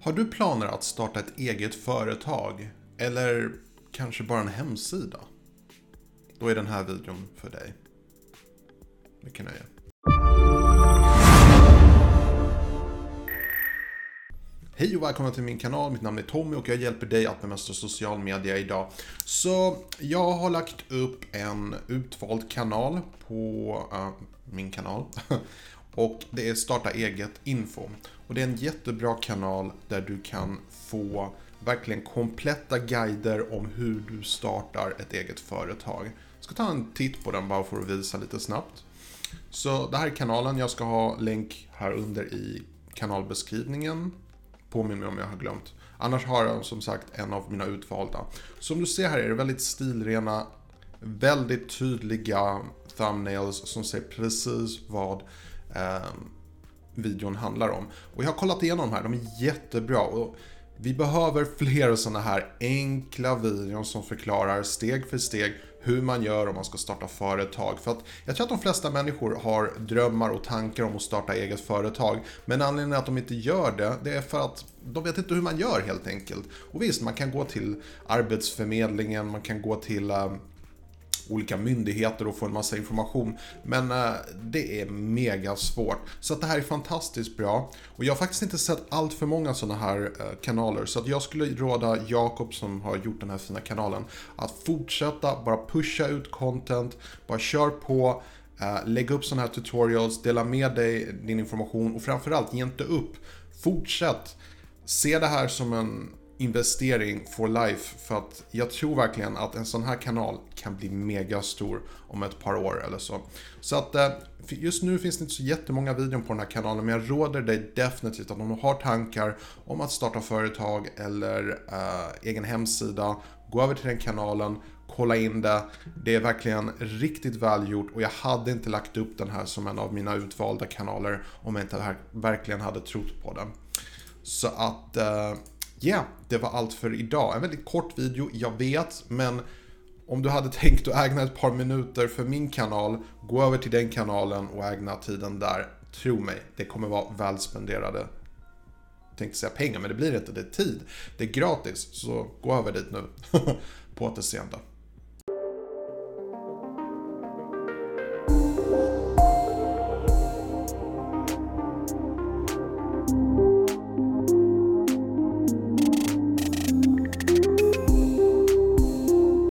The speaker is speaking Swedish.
Har du planer att starta ett eget företag? Eller kanske bara en hemsida? Då är den här videon för dig. Mycket nöje. Hej och välkomna till min kanal, mitt namn är Tommy och jag hjälper dig att bemästra social media idag. Så jag har lagt upp en utvald kanal på min kanal och det är starta eget info. Och det är en jättebra kanal där du kan få verkligen kompletta guider om hur du startar ett eget företag. Jag ska ta en titt på den bara för att visa lite snabbt. Så det här är kanalen, jag ska ha länk här under i kanalbeskrivningen. Påminn mig om jag har glömt. Annars har jag som sagt en av mina utvalda. Som du ser här är det väldigt stilrena, väldigt tydliga thumbnails som säger precis vad videon handlar om. Och jag har kollat igenom de här, de är jättebra. Och vi behöver fler sådana här enkla videor som förklarar steg för steg hur man gör om man ska starta företag. För att jag tror att de flesta människor har drömmar och tankar om att starta eget företag. Men anledningen att de inte gör det är för att de vet inte hur man gör helt enkelt. Och visst, man kan gå till Arbetsförmedlingen, man kan gå till olika myndigheter och få en massa information. Men det är mega svårt. Så att det här är fantastiskt bra. Och jag har faktiskt inte sett allt för många sådana här kanaler. Så att jag skulle råda Jakob som har gjort den här fina kanalen att fortsätta bara pusha ut content. Bara kör på. Lägg upp sådana här tutorials. Dela med dig din information. Och framförallt, ge inte upp. Fortsätt. Se det här som en investering for life, för att jag tror verkligen att en sån här kanal kan bli mega stor om ett par år eller så. Så att just nu finns det inte så jättemånga videor på den här kanalen, men jag råder dig definitivt att om du har tankar om att starta företag eller egen hemsida, gå över till den kanalen, kolla in det. Det är verkligen riktigt välgjort och jag hade inte lagt upp den här som en av mina utvalda kanaler om jag inte verkligen hade trott på den. Så att det var allt för idag. En väldigt kort video, jag vet, men om du hade tänkt att ägna ett par minuter för min kanal, gå över till den kanalen och ägna tiden där. Tro mig, det kommer vara välspenderade, jag tänkte säga pengar, men det blir inte, det är tid. Det är gratis, så gå över dit nu. På återseende.